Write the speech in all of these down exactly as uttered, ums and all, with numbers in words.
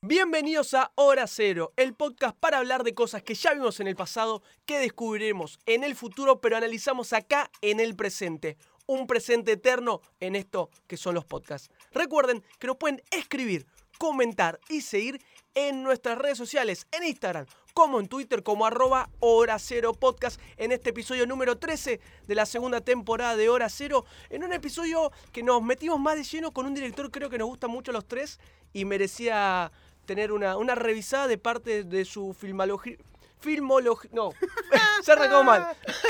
Bienvenidos a Hora Cero, el podcast para hablar de cosas que ya vimos en el pasado, que descubriremos en el futuro, pero analizamos acá en el presente. Un presente eterno en esto que son los podcasts. Recuerden que nos pueden escribir, comentar y seguir en nuestras redes sociales, en Instagram, como en Twitter, como arroba Hora Cero Podcast, en este episodio número trece de la segunda temporada de Hora Cero, en un episodio que nos metimos más de lleno con un director creo que nos gusta mucho a los tres y merecía tener una, una revisada de parte de su filmología. Filmología. No, se arrancó mal.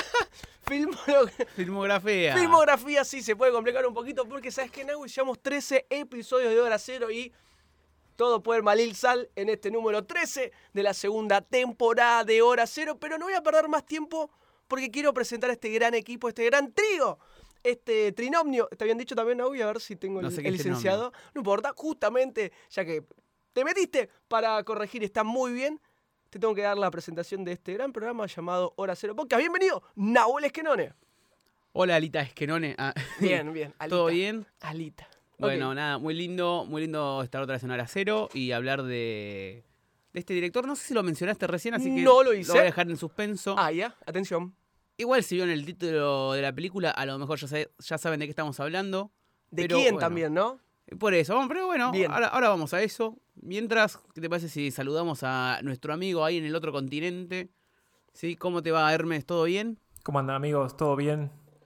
Filmología. Filmografía. Filmografía, sí, se puede complicar un poquito porque, ¿sabes qué, Nahui? Llevamos trece episodios de Hora Cero y todo puede malil sal en este número trece de la segunda temporada de Hora Cero. Pero no voy a perder más tiempo porque quiero presentar a este gran equipo, este gran trío. Este trinomio, ¿te habían dicho también, Nahui? A ver si tengo el, No sé qué el es licenciado. trinomio. No importa, justamente, ya que te metiste para corregir, está muy bien. Te tengo que dar la presentación de este gran programa llamado Hora Cero Podcast. Bienvenido, Nahuel Esquenone. Hola, Alita Esquenone. Ah, Bien, bien. Alita. ¿Todo bien? Alita. Bueno, Ok. nada, muy lindo, muy lindo estar otra vez en Hora Cero y hablar de, de este director. No sé si lo mencionaste recién, así que No lo hice. voy a dejar en suspenso. Ah, ya, atención. Igual si vieron el título de la película, a lo mejor ya, sé- ya saben de qué estamos hablando. ¿De pero, quién bueno, también, no? Por eso, vamos, pero bueno, Bien. ahora, ahora vamos a eso. Mientras, ¿qué te parece si saludamos a nuestro amigo ahí en el otro continente? ¿Sí? ¿Cómo te va, Hermes? ¿Todo bien? ¿Cómo andan, amigos? ¿Todo bien?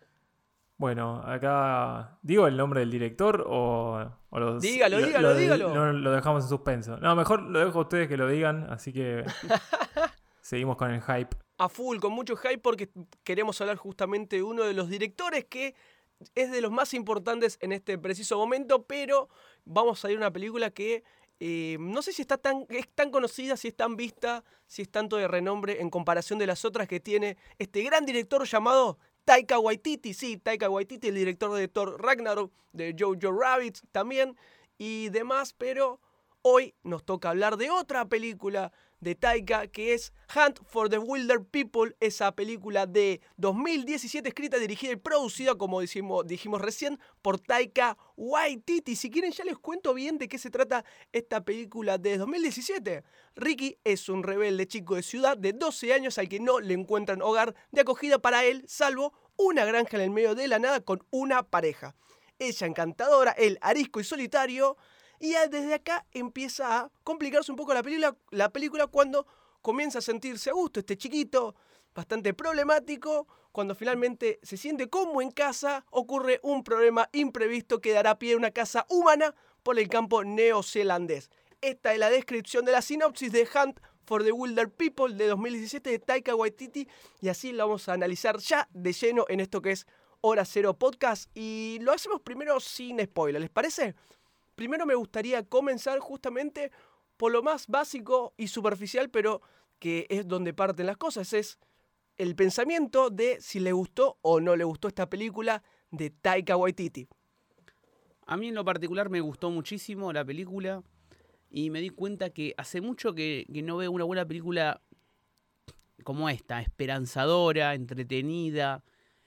Bueno, acá digo el nombre del director o, o los- Dígalo, dígalo, dígalo. Lo, lo dejamos en suspenso. No, mejor lo dejo a ustedes que lo digan, así que seguimos con el hype. A full, con mucho hype porque queremos hablar justamente de uno de los directores que es de los más importantes en este preciso momento, pero vamos a ir a una película que eh, no sé si está tan, es tan conocida, si es tan vista, si es tanto de renombre en comparación de las otras que tiene este gran director llamado Taika Waititi. Sí, Taika Waititi, el director de Thor Ragnarok, de Jojo Rabbit también y demás, pero hoy nos toca hablar de otra película de Taika, que es Hunt for the Wilder People, esa película de dos mil diecisiete, escrita, dirigida y producida, como dijimos, dijimos recién, por Taika Waititi. Si quieren ya les cuento bien de qué se trata esta película de dos mil diecisiete. Ricky es un rebelde chico de ciudad de doce años al que no le encuentran hogar de acogida para él, salvo una granja en el medio de la nada con una pareja. Ella encantadora, él arisco y solitario. Y desde acá empieza a complicarse un poco la película, la película cuando comienza a sentirse a gusto este chiquito, bastante problemático. Cuando finalmente se siente como en casa, ocurre un problema imprevisto que dará pie a una casa humana por el campo neozelandés. Esta es la descripción de la sinopsis de Hunt for the Wilder People de dos mil diecisiete de Taika Waititi. Y así la vamos a analizar ya de lleno en esto que es Hora Cero Podcast. Y lo hacemos primero sin spoiler, ¿les parece? Primero me gustaría comenzar justamente por lo más básico y superficial, pero que es donde parten las cosas, es el pensamiento de si le gustó o no le gustó esta película de Taika Waititi. A mí en lo particular me gustó muchísimo la película y me di cuenta que hace mucho que, que no veo una buena película como esta, esperanzadora, entretenida,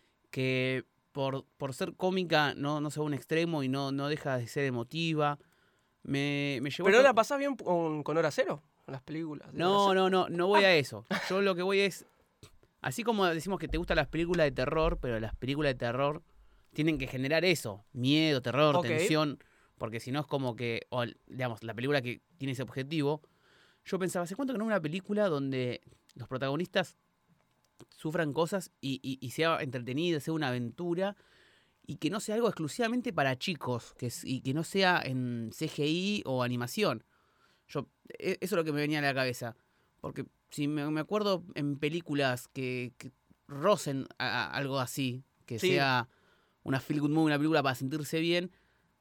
que por, por ser cómica no, no se va a un extremo y no, no deja de ser emotiva. Me, me llevó ¿Pero a to- la pasás bien con, con Hora Cero? Con las películas. de No, Hora Cero. no, no, no voy a eso. Yo lo que voy es, así como decimos que te gustan las películas de terror, pero las películas de terror tienen que generar eso, miedo, terror, Ok. tensión, porque si no es como que, o, digamos, la película que tiene ese objetivo. Yo pensaba, ¿hace cuánto que no veo una película donde los protagonistas sufran cosas y, y, y sea entretenida, sea una aventura y que no sea algo exclusivamente para chicos que, es- y que no sea en C G I o animación? Yo, e- eso es lo que me venía a la cabeza. Porque si me, me acuerdo en películas que, que rocen a- a algo así, que Sí. sea una feel good movie, una película para sentirse bien,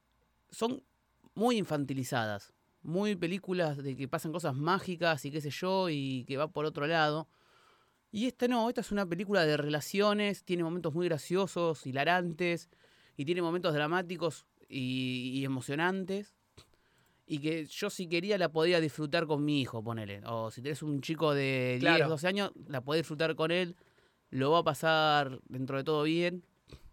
son muy infantilizadas. Muy películas de que pasan cosas mágicas y qué sé yo, y que va por otro lado. Y esta no, esta es una película de relaciones, tiene momentos muy graciosos, hilarantes, y tiene momentos dramáticos y, y emocionantes. Y que yo si quería la podía disfrutar con mi hijo, ponele. O si tenés un chico de Claro. diez, doce años, la podés disfrutar con él. Lo va a pasar dentro de todo bien.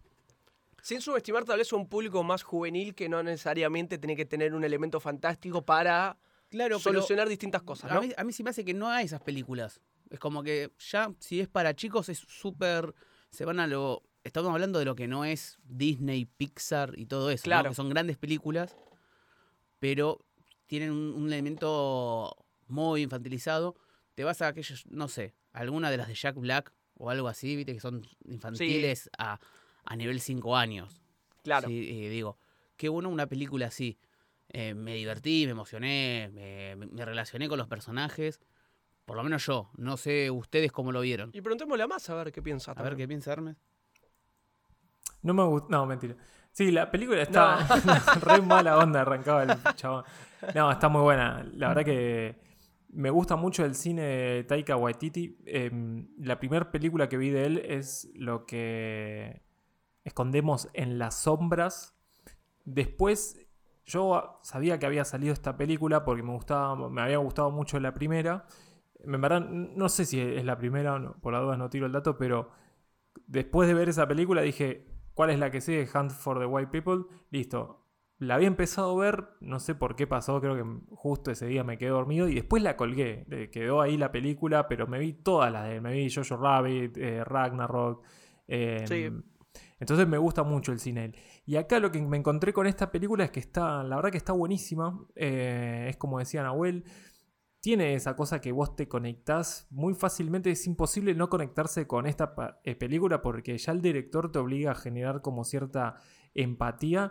Sin subestimar tal vez a un público más juvenil que no necesariamente tiene que tener un elemento fantástico para Claro, solucionar pero distintas cosas, a ¿no? mí, a mí sí me hace que no hay esas películas. Es como que ya, si es para chicos, es súper... Se van a lo... Estamos hablando de lo que no es Disney, Pixar y todo eso, ¿no? Claro. Que son grandes películas, pero tienen un, un elemento muy infantilizado. Te vas a aquellos, no sé, alguna de las de Jack Black o algo así, viste, que son infantiles a, a nivel cinco años. Claro. Sí, eh, digo, qué bueno una película así. Eh, me divertí, me emocioné, me, me- me relacioné con los personajes. Por lo menos yo. No sé ustedes cómo lo vieron. Y preguntémosle a Más a ver qué piensa. A ver también. qué piensa Hermes. No me gusta. No, mentira. Sí, la película está re mala onda, arrancaba el chabón. No, está muy buena. La verdad que me gusta mucho el cine de Taika Waititi. Eh, la primera película que vi de él es Lo que escondemos en las sombras. Después, yo sabía que había salido esta película porque me gustaba, me había gustado mucho la primera. En verdad, no sé si es la primera, no, por la duda no tiro el dato, pero después de ver esa película dije, ¿cuál es la que sigue? Hunt for the White People. Listo. La había empezado a ver, no sé por qué pasó, creo que justo ese día me quedé dormido y después la colgué. Eh, Quedó ahí la película, pero me vi todas las de él. Me vi Jojo Rabbit, eh, Ragnarok. eh, Sí. Entonces me gusta mucho el cine. Y acá lo que me encontré con esta película es que está, la verdad que está buenísima. Eh, es como decía Nahuel, tiene esa cosa que vos te conectás muy fácilmente. Es imposible no conectarse con esta pa- eh, película porque ya el director te obliga a generar como cierta empatía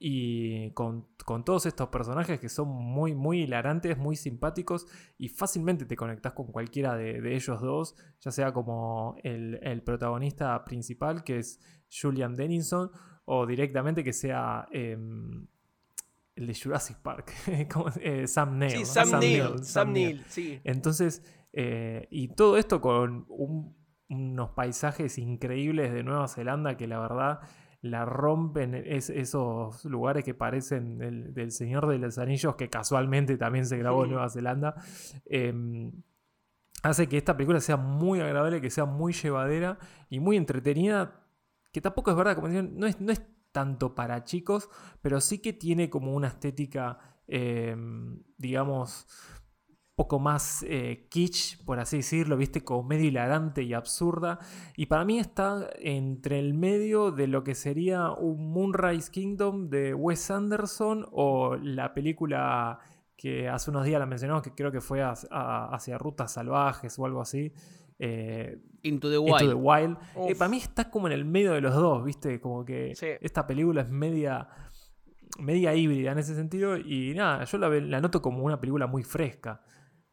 y con, con todos estos personajes que son muy, muy hilarantes, muy simpáticos y fácilmente te conectás con cualquiera de, de ellos dos, ya sea como el, el protagonista principal que es Julian Dennison o directamente que sea... em, el de Jurassic Park, como, eh, Sam Neill. Sí, ¿no? Sam, Neill. Neill, Sam Neill. Neill, sí. Entonces, eh, y todo esto con un- unos paisajes increíbles de Nueva Zelanda que la verdad la rompen, es- esos lugares que parecen del, del Señor de los Anillos, que casualmente también se grabó en Mm. Nueva Zelanda. eh, Hace que esta película sea muy agradable, que sea muy llevadera y muy entretenida, que tampoco es verdad, como decían, no es, no es tanto para chicos, pero sí que tiene como una estética, eh, digamos, poco más eh, kitsch, por así decirlo, viste, como medio hilarante y absurda. Y para mí está entre el medio de lo que sería un Moonrise Kingdom de Wes Anderson o la película que hace unos días la mencionamos, que creo que fue a- a- hacia Rutas Salvajes o algo así. eh, Into the Into Wild. the Wild. Eh, Uf. para mí está como en el medio de los dos, viste, como que Sí. esta película es media media híbrida en ese sentido y nada, yo la, ve- la noto como una película muy fresca.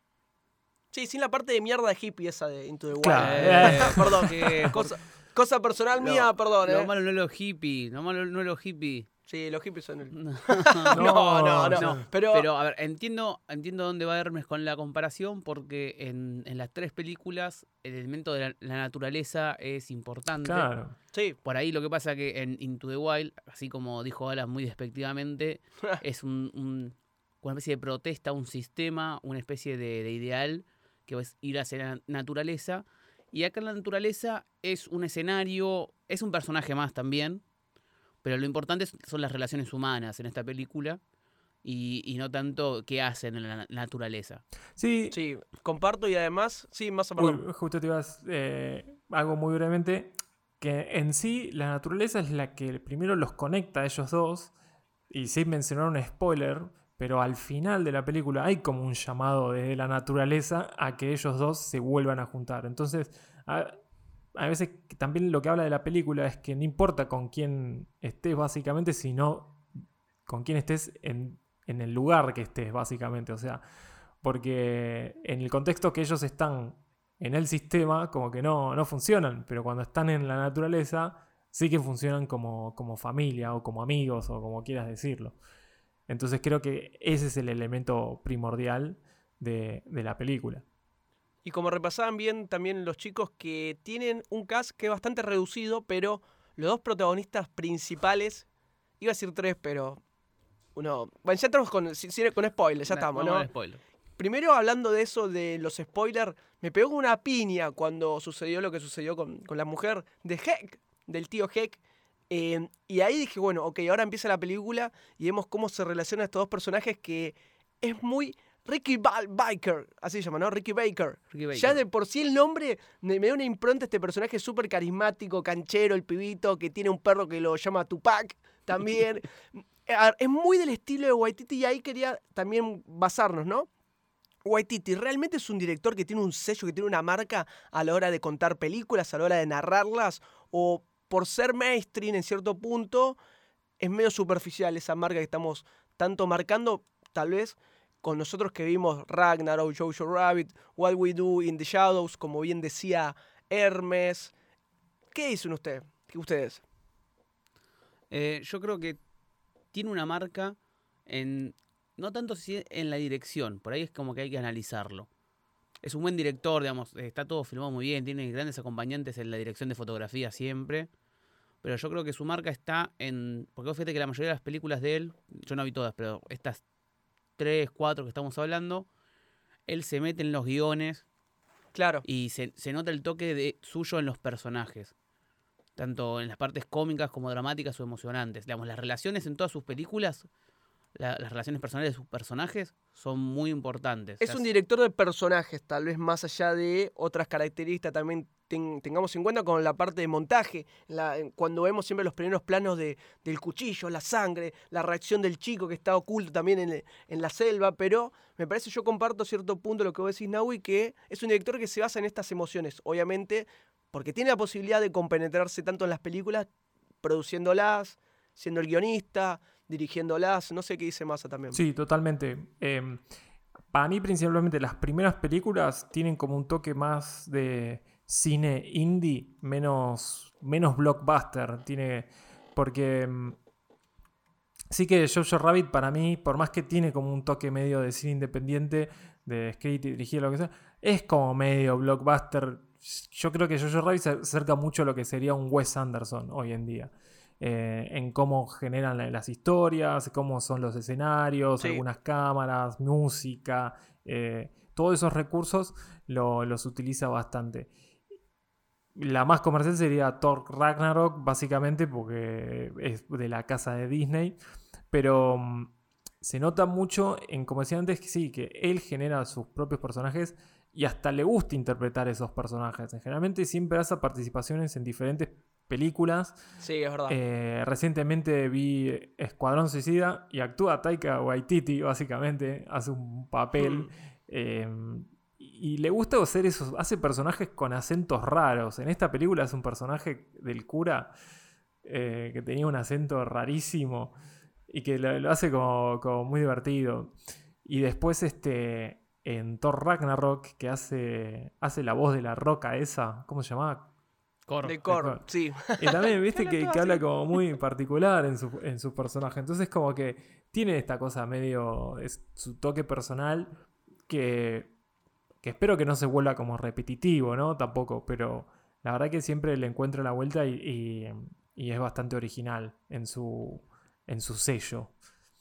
Sí, sin la parte de mierda de hippie esa de Into the Wild. Claro. Eh, perdón, Eh, cosa, cosa personal Lo- mía, perdón, Lo eh. malo no es los hippies. Lo malo no es los hippies. Sí, los hippies son el... No. No, no, no. No, Pero, Pero, a ver, entiendo, entiendo dónde va Hermes con la comparación, porque en, en las tres películas el elemento de la, la naturaleza es importante. Claro. sí, Por ahí lo que pasa que en Into the Wild, así como dijo Alan muy despectivamente, es un, un- una especie de protesta a un sistema, una especie de, de ideal que es ir hacia la naturaleza. Y acá en la naturaleza es un escenario, es un personaje más también, pero lo importante es- son las relaciones humanas en esta película y, y no tanto qué hacen en la na- naturaleza. Sí, sí, comparto y además, sí, más uy, perdón. justo te ibas eh, algo muy brevemente, que en sí la naturaleza es la que primero los conecta a ellos dos, y sin mencionar un spoiler, pero al final de la película hay como un llamado de la naturaleza a que ellos dos se vuelvan a juntar. Entonces, a, a veces que también lo que habla de la película es que no importa con quién estés básicamente, sino con quién estés en, en el lugar que estés básicamente. O sea, porque en el contexto que ellos están en el sistema, como que no, no funcionan, pero cuando están en la naturaleza, sí que funcionan como, como familia o como amigos o como quieras decirlo. Entonces creo que ese es el elemento primordial de, de la película. Y como repasaban bien también los chicos que tienen un cast que es bastante reducido, pero los dos protagonistas principales, iba a decir tres, pero uno... Bueno, ya estamos con, si- si- con spoilers, ya Na- estamos, vamos ¿no? al spoiler. Primero, hablando de eso, de los spoilers, me pegó una piña cuando sucedió lo que sucedió con, con la mujer de Heck, del tío Heck. Eh, y ahí dije, bueno, ok, ahora empieza la película y vemos cómo se relacionan estos dos personajes que es muy Ricky Ba- Baker, así se llama, ¿no? Ricky Baker. Ricky Baker. Ya de por sí el nombre me, me da una impronta a este personaje súper carismático, canchero, el pibito, que tiene un perro que lo llama Tupac también. Es muy del estilo de Waititi y ahí quería también basarnos, ¿no? Waititi realmente es un director que tiene un sello, que tiene una marca a la hora de contar películas, a la hora de narrarlas, o por ser mainstream en cierto punto, es medio superficial esa marca que estamos tanto marcando, tal vez con nosotros que vimos Ragnarok, Jojo Rabbit, What We Do in the Shadows, como bien decía Hermes. ¿Qué dicen usted, ustedes? Eh, yo creo que tiene una marca en, no tanto si en la dirección, por ahí es como que hay que analizarlo. Es un buen director, digamos, está todo filmado muy bien, tiene grandes acompañantes en la dirección de fotografía siempre, pero yo creo que su marca está en, porque vos fíjate que la mayoría de las películas de él, yo no vi todas, pero estas tres, cuatro que estamos hablando, él se mete en los guiones. Claro. Y se, se nota el toque de, suyo en los personajes. Tanto en las partes cómicas como dramáticas o emocionantes. Digamos, las relaciones en todas sus películas, la, las relaciones personales de sus personajes son muy importantes. Es un director de personajes, tal vez más allá de otras características también ten, tengamos en cuenta con la parte de montaje. La, cuando vemos siempre los primeros planos de, del cuchillo, la sangre, la reacción del chico que está oculto también en, en la selva, pero me parece, yo comparto cierto punto lo que vos decís, Nahui, que es un director que se basa en estas emociones, obviamente, porque tiene la posibilidad de compenetrarse tanto en las películas, produciéndolas, siendo el guionista, dirigiéndolas, no sé qué dice Massa también. Sí, totalmente. Eh, para mí, principalmente, las primeras películas tienen como un toque más de cine indie, menos, menos blockbuster. Tiene, porque mm, sí que Jojo Rabbit, para mí, por más que tiene como un toque medio de cine independiente, de escrito y dirigido, lo que sea, es como medio blockbuster. Yo creo que Jojo Rabbit se acerca mucho a lo que sería un Wes Anderson hoy en día. Eh, en cómo generan las historias, cómo son los escenarios, sí. Algunas cámaras, música, eh, todos esos recursos lo, los utiliza bastante. La más comercial sería Thor Ragnarok, básicamente porque es de la casa de Disney, pero um, se nota mucho en, como decía antes, que sí, que él genera sus propios personajes y hasta le gusta interpretar esos personajes. Generalmente siempre hace participaciones en diferentes películas. Sí, es verdad. Eh, recientemente vi Escuadrón Suicida y actúa Taika Waititi, básicamente. Hace un papel. Mm. Eh, y le gusta hacer esos. Hace personajes con acentos raros. En esta película es un personaje del cura eh, que tenía un acento rarísimo y que lo, lo hace como, como muy divertido. Y después este en Thor Ragnarok, que hace, hace la voz de la roca esa. ¿Cómo se llamaba? Cor, de Cor, Cor, sí. Y también, viste, que, que habla como muy particular en su, en su personaje. Entonces, como que tiene esta cosa medio, es su toque personal que, que espero que no se vuelva como repetitivo, ¿no? Tampoco, pero la verdad que siempre le encuentro la vuelta y, y, y es bastante original en su, en su sello.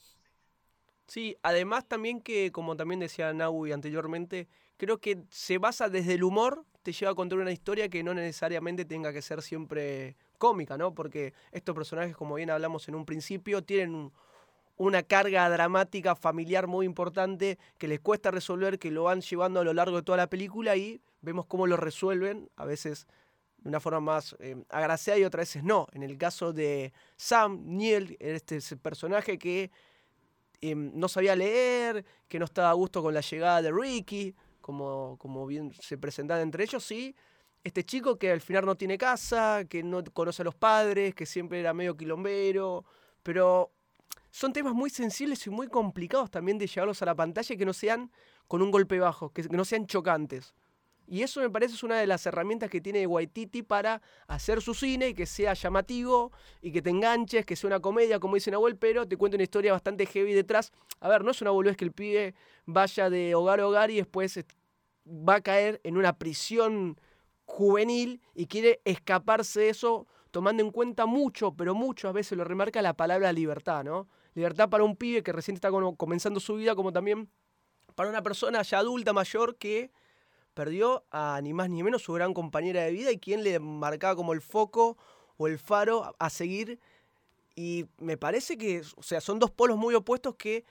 Sí, además también que, como también decía Nahui anteriormente, creo que se basa desde el humor, te lleva a contar una historia que no necesariamente tenga que ser siempre cómica, ¿no? Porque estos personajes, como bien hablamos en un principio, tienen un, una carga dramática familiar muy importante que les cuesta resolver, que lo van llevando a lo largo de toda la película y vemos cómo lo resuelven, a veces de una forma más eh, agraciada y otras veces no. En el caso de Sam Neill, este es el personaje que eh, no sabía leer, que no estaba a gusto con la llegada de Ricky, Como, como bien se presentan entre ellos, sí. Este chico que al final no tiene casa, que no conoce a los padres, que siempre era medio quilombero, pero son temas muy sensibles y muy complicados también de llevarlos a la pantalla y que no sean con un golpe bajo, que no sean chocantes. Y eso me parece es una de las herramientas que tiene Waititi para hacer su cine y que sea llamativo y que te enganches, que sea una comedia, como dice Nahuel, pero te cuenta una historia bastante heavy detrás. A ver, no es una boludez que el pibe vaya de hogar a hogar y después va a caer en una prisión juvenil y quiere escaparse de eso, tomando en cuenta mucho, pero muchas veces lo remarca la palabra libertad, ¿no? Libertad para un pibe que recién está comenzando su vida, como también para una persona ya adulta, mayor, que perdió a ni más ni menos su gran compañera de vida y quien le marcaba como el foco o el faro a seguir. Y me parece que, o sea, son dos polos muy opuestos que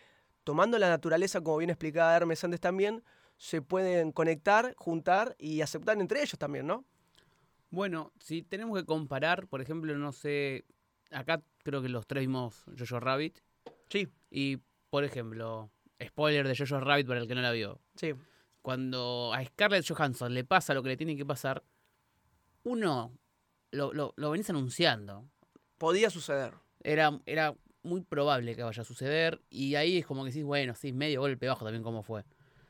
tomando la naturaleza, como bien explicaba Hermes antes también, se pueden conectar, juntar y aceptar entre ellos también, ¿no? Bueno, si tenemos que comparar, por ejemplo, no sé, acá creo que los tres vimos Jojo Rabbit. Sí. Y, por ejemplo, spoiler de Jojo Rabbit para el que no la vio. Sí. Cuando a Scarlett Johansson le pasa lo que le tiene que pasar, uno lo, lo, lo venís anunciando. Podía suceder. Era, era muy probable que vaya a suceder. Y ahí es como que decís, bueno, sí, medio golpe bajo también como fue.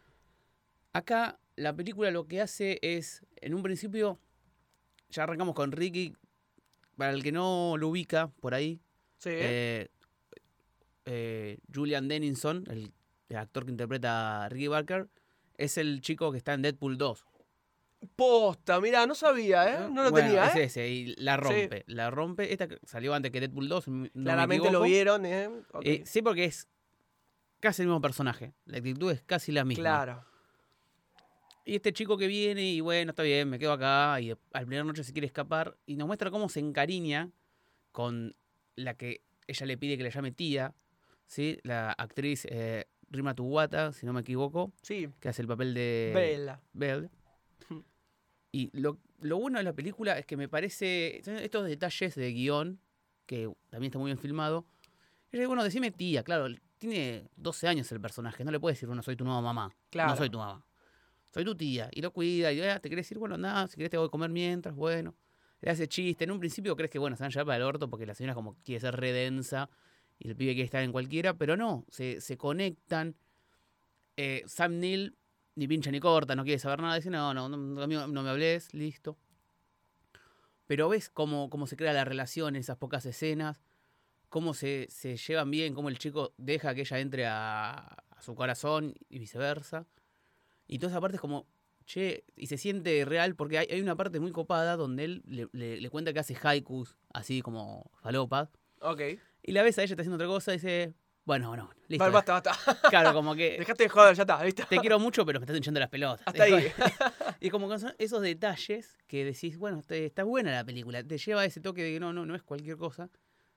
Acá la película lo que hace es, en un principio, ya arrancamos con Ricky. Para el que no lo ubica por ahí, Sí. eh, eh, Julian Dennison, el, el actor que interpreta a Ricky Barker, es el chico que está en Deadpool dos. Posta, mirá, no sabía, ¿eh? No lo Bueno, tenía, es ¿eh? ese, y la rompe. Sí. La rompe. Esta salió antes que Deadpool dos. No Claramente lo vieron, ¿eh? Okay. eh sí, porque es casi el mismo personaje. La actitud es casi la misma. Claro. Y este chico que viene y bueno, está bien, me quedo acá. Y al primera noche se quiere escapar. Y nos muestra cómo se encariña con la que ella le pide que le llame tía. ¿Sí? La actriz eh, Rima Tuwata, si no me equivoco. Sí. Que hace el papel de Bella. Belle. Y lo, lo bueno de la película es que me parece estos detalles de guión, que también está muy bien filmado. Es bueno, decime tía, claro, tiene doce años el personaje, no le puedes decir, bueno, soy tu nueva mamá. Claro. No soy tu mamá. Soy tu tía. Y lo cuida, y ah, te querés decir, bueno, nada, si querés te voy a comer mientras, bueno. Le hace chiste. En un principio crees que, bueno, se van a llevar para el orto porque la señora como quiere ser redensa y el pibe quiere estar en cualquiera, pero no, se, se conectan. Eh, Sam Neill ni pincha ni corta, no quiere saber nada, dice, no, no, no, no, no me hables, listo. Pero ves cómo, cómo se crea la relación en esas pocas escenas, cómo se, se llevan bien, cómo el chico deja que ella entre a, a su corazón y viceversa. Y toda esa parte es como, che, y se siente real porque hay, hay una parte muy copada donde él le, le, le cuenta que hace haikus, así como falopas. Ok. Y la ves a ella está haciendo otra cosa y dice, bueno, bueno, listo. Vale, basta, basta. Claro, como que... Dejaste de joder, ya está, ¿viste? Te quiero mucho, pero me estás hinchando las pelotas. Hasta ahí. Y como que son esos detalles que decís, bueno, te, está buena la película. Te lleva a ese toque de que no, no, no es cualquier cosa.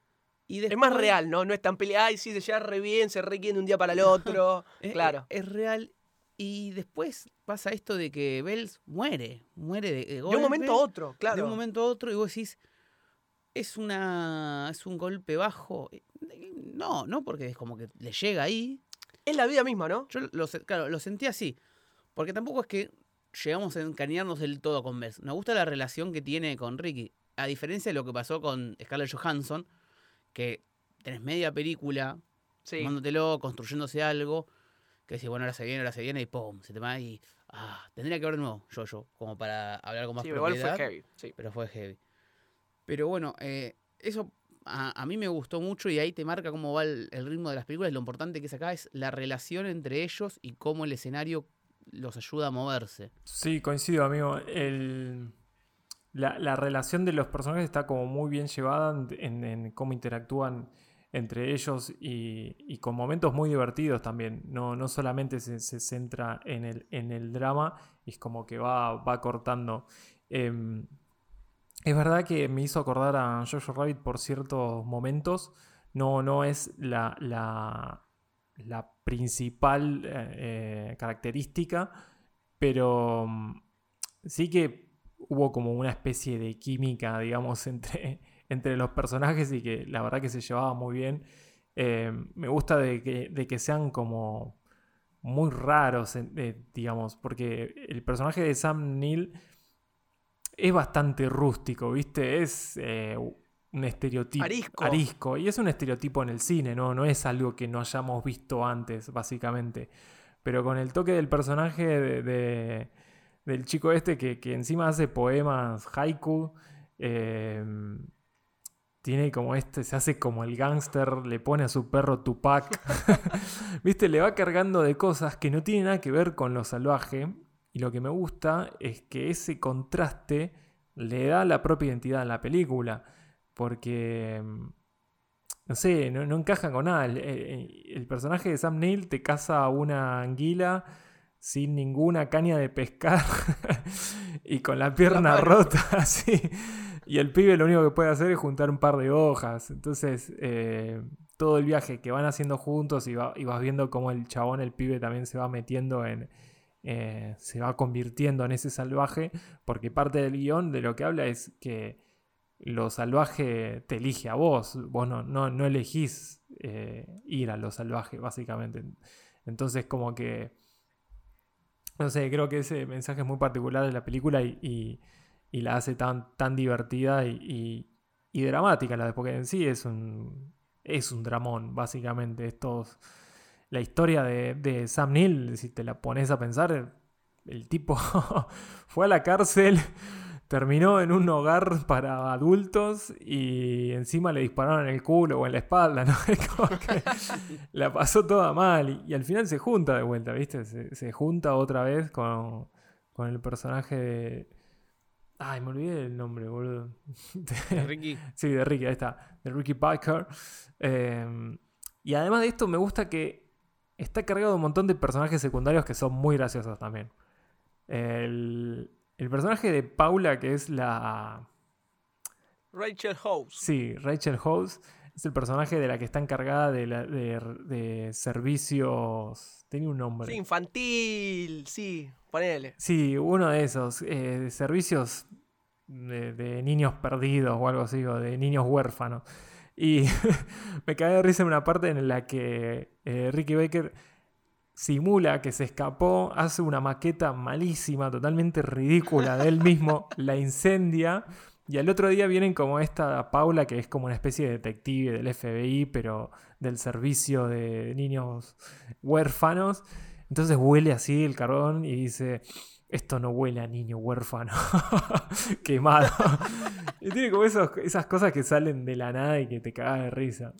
Y después, es más real, ¿no? No es tan pelea. Ay, sí, se lleva re bien, se requiere de un día para el otro. es, claro. Es, es real. Y después pasa esto de que Bells muere. Muere de, de golpe. De un momento a otro, claro. De un momento a otro. Y vos decís, es una es un golpe bajo. No, no, porque es como que le llega ahí. Es la vida misma, ¿no? Yo lo, claro, lo sentí así. Porque tampoco es que llegamos a encariñarnos del todo con Bells. Me gusta la relación que tiene con Ricky. A diferencia de lo que pasó con Scarlett Johansson, que tenés media película, sí. tomándotelo, construyéndose algo, que decís, bueno, ahora se viene, ahora se viene, y pum, se te va y... Ah, tendría que haber de nuevo, yo, yo, como para hablar con más sí, propiedad. Igual fue heavy, sí. Pero fue heavy. Pero bueno, eh, eso a, a mí me gustó mucho y ahí te marca cómo va el, el ritmo de las películas. Lo importante que es acá es la relación entre ellos y cómo el escenario los ayuda a moverse. Sí, coincido, amigo. El, la, la relación de los personajes está como muy bien llevada en, en cómo interactúan entre ellos y, y con momentos muy divertidos también. No, no solamente se, se centra en el, en el drama, y es como que va, va cortando. Eh, es verdad que me hizo acordar a Jojo Rabbit por ciertos momentos. No, no es la... la la principal eh, característica, pero um, sí que hubo como una especie de química, digamos, entre, entre los personajes y que la verdad que se llevaba muy bien. Eh, me gusta de que, de que sean como muy raros, eh, digamos, porque el personaje de Sam Neill es bastante rústico, ¿viste? Es... Eh, un estereotipo arisco. arisco y es un estereotipo en el cine, ¿no? No es algo que no hayamos visto antes, básicamente, pero con el toque del personaje de, de, del chico este que, que encima hace poemas haiku, eh, tiene como este, se hace como el gángster, le pone a su perro Tupac, ¿viste? Le va cargando de cosas que no tienen nada que ver con lo salvaje, y lo que me gusta es que ese contraste le da la propia identidad a la película. Porque, no sé, no, no encajan con nada. El, el, el personaje de Sam Neill te caza una anguila sin ninguna caña de pescar y con la pierna La rota, así. Y el pibe lo único que puede hacer es juntar un par de hojas. Entonces, eh, todo el viaje que van haciendo juntos y, va, y vas viendo cómo el chabón, el pibe, también se va metiendo en... Eh, se va convirtiendo en ese salvaje, porque parte del guión de lo que habla es que lo salvaje te elige a vos. Vos no, no, no elegís eh, ir a lo salvaje, básicamente. Entonces, como que... No sé, creo que ese mensaje es muy particular de la película y... y y la hace tan, tan divertida y, y, y dramática, porque en sí es un, es un dramón, básicamente. Estos, la historia de, de Sam Neill, si te la pones a pensar, el tipo fue a la cárcel, terminó en un hogar para adultos y encima le dispararon en el culo o en la espalda, ¿no? Es como que la pasó toda mal y, y al final se junta de vuelta, ¿viste? Se, se junta otra vez con, con el personaje de... Ay, me olvidé el nombre, boludo. ¿De Ricky? Sí, de Ricky, ahí está. De Ricky Piker. Eh, y además de esto, me gusta que está cargado de un montón de personajes secundarios que son muy graciosos también. El, el personaje de Paula, que es la... Rachel House. Sí, Rachel House. Es el personaje de la que está encargada de, la, de, de servicios... Tenía un nombre. Sí, infantil, sí, ponele. Sí, uno de esos. Eh, de servicios de, de niños perdidos o algo así, o de niños huérfanos. Y me caí de risa en una parte en la que eh, Ricky Baker simula que se escapó, hace una maqueta malísima, totalmente ridícula de él mismo, la incendia. Y al otro día vienen como esta Paula, que es como una especie de detective del F B I, pero del servicio de niños huérfanos. Entonces huele así el carbón y dice, esto no huele a niño huérfano quemado. Y tiene como esos, esas cosas que salen de la nada y que te cagas de risa.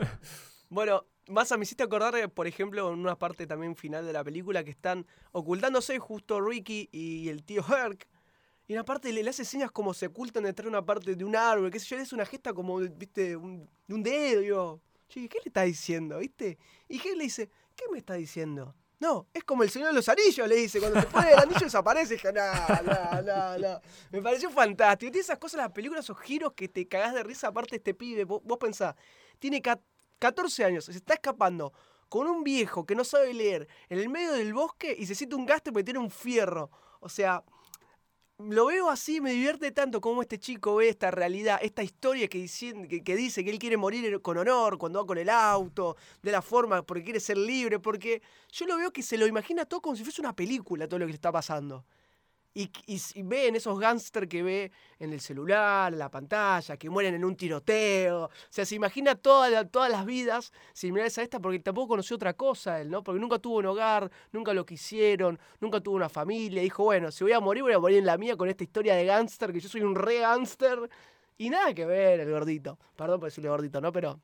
Bueno, Massa, me hiciste acordar, por ejemplo, en una parte también final de la película que están ocultándose justo Ricky y el tío Herc. Y en una parte le, le hace señas como se ocultan detrás de una parte de un árbol, qué sé yo, le hace una gesta como, viste, un, de un dedo, yo. Che, ¿qué le está diciendo, viste? Y Herc le dice, ¿qué me está diciendo? No, es como el Señor de los Anillos, le dice. Cuando se pone el anillo desaparece. Y dije, no, no, no, no. Me pareció fantástico. Tiene esas cosas, las películas, esos giros que te cagás de risa. Aparte, este pibe, vos, vos pensás, tiene catorce años, se está escapando con un viejo que no sabe leer en el medio del bosque y se siente un gasto porque tiene un fierro. O sea, lo veo así, me divierte tanto como este chico ve esta realidad, esta historia que dice, que, que dice que él quiere morir con honor cuando va con el auto, de la forma, porque quiere ser libre, porque yo lo veo que se lo imagina todo como si fuese una película, todo lo que le está pasando. Y, y, y ve en esos gángsters que ve en el celular, en la pantalla, que mueren en un tiroteo. O sea, se imagina toda la, todas las vidas similares a esta porque tampoco conoció otra cosa él, ¿no? Porque nunca tuvo un hogar, nunca lo quisieron, nunca tuvo una familia. Dijo, bueno, si voy a morir, voy a morir en la mía con esta historia de gángster, que yo soy un re gángster. Y nada que ver el gordito. Perdón por decirle gordito, ¿no? Pero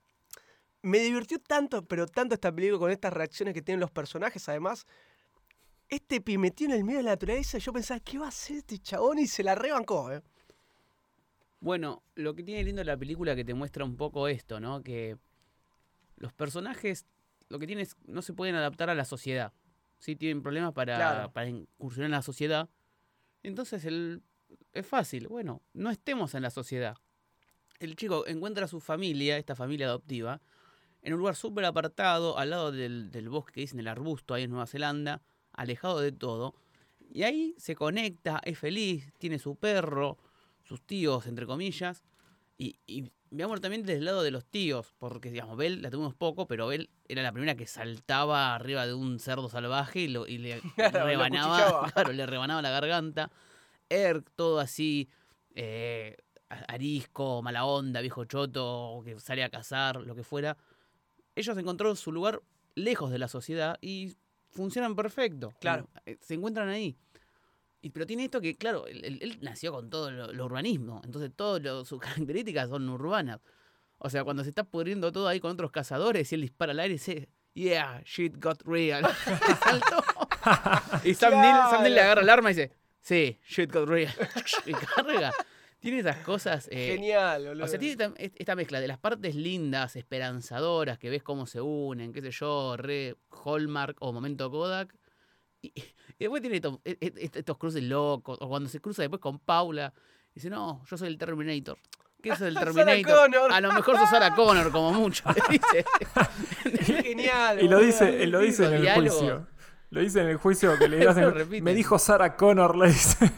me divirtió tanto, pero tanto esta película con estas reacciones que tienen los personajes, además. Este pi metido en el medio de la naturaleza, yo pensaba, ¿qué va a hacer este chabón? Y se la rebancó, ¿eh? Bueno, lo que tiene lindo la película que te muestra un poco esto, ¿no? Que los personajes, lo que tienen es, no se pueden adaptar a la sociedad. Sí, tienen problemas para, Claro. para incursionar en la sociedad. Entonces el, es fácil, bueno, no estemos en la sociedad. El chico encuentra a su familia, esta familia adoptiva, en un lugar súper apartado, al lado del, del bosque que dicen el arbusto, ahí en Nueva Zelanda, alejado de todo, y ahí se conecta, es feliz, tiene su perro, sus tíos, entre comillas, y, y veamos también desde el lado de los tíos, porque digamos, Belle la tuvimos poco, pero Belle era la primera que saltaba arriba de un cerdo salvaje y, lo, y le Claro, lo rebanaba, cuchillaba. claro, le rebanaba la garganta. Erk, todo así, eh, arisco, mala onda, viejo choto, que sale a cazar, lo que fuera. Ellos encontraron su lugar lejos de la sociedad y funcionan perfecto. Claro. Se encuentran ahí. Y, pero tiene esto que, claro, él, él- él nació con todo lo, lo urbanismo. Entonces, todas sus características son urbanas. O sea, cuando se está pudriendo todo ahí con otros cazadores y él dispara al aire y dice, yeah, shit got real. Saltó. Y Sam Neill, Sam Neill le agarra el arma y dice, sí, shit got real. Y carga. Tiene esas cosas. eh, Genial, boludo. o sea, tiene esta, esta mezcla de las partes lindas, esperanzadoras, que ves cómo se unen, qué sé yo, re Hallmark o momento Kodak, Y, y después tiene estos, estos cruces locos, o cuando se cruza después con Paula, dice, no, yo soy el Terminator. ¿Qué es el Terminator? A lo mejor sos Sarah Connor, como mucho. Dice. Genial. Y lo dice, lo dice en el diálogo. juicio. Lo dice en el juicio que le hacen. Me dijo Sarah Connor, le dice.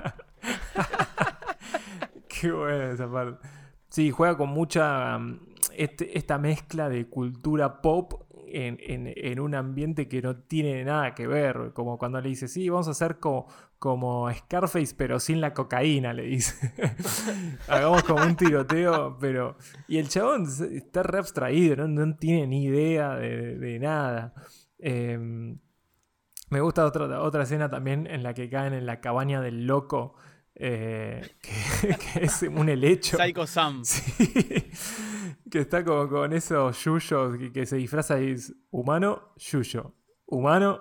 Qué buena esa parte. Sí, juega con mucha. Este, esta mezcla de cultura pop en, en, en un ambiente que no tiene nada que ver. Como cuando le dice, sí, vamos a hacer como, como Scarface, pero sin la cocaína, le dice. Hagamos como un tiroteo, pero. Y el chabón está re abstraído, no, no tiene ni idea de, de nada. Eh, me gusta otra, otra escena también en la que caen en la cabaña del loco. Eh, que, que es un helecho. Psycho Sam. Sí, que está como con esos yuyos que, que se disfraza y es humano, yuyo. Humano.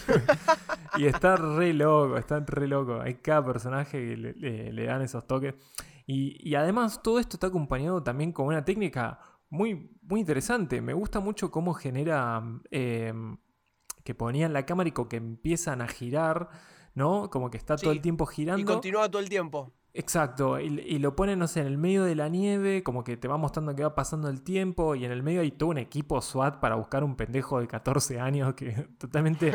Y está re loco, está re loco. Hay cada personaje que le, le, le dan esos toques. Y, y además todo esto está acompañado también con una técnica muy, muy interesante. Me gusta mucho cómo genera eh, que ponían la cámara y con que empiezan a girar, ¿no? Como que está Sí, todo el tiempo girando. Y continúa todo el tiempo. Exacto, y, y lo ponen, no sé, en el medio de la nieve, como que te va mostrando que va pasando el tiempo, y en el medio hay todo un equipo SWAT para buscar un pendejo de catorce años, que es totalmente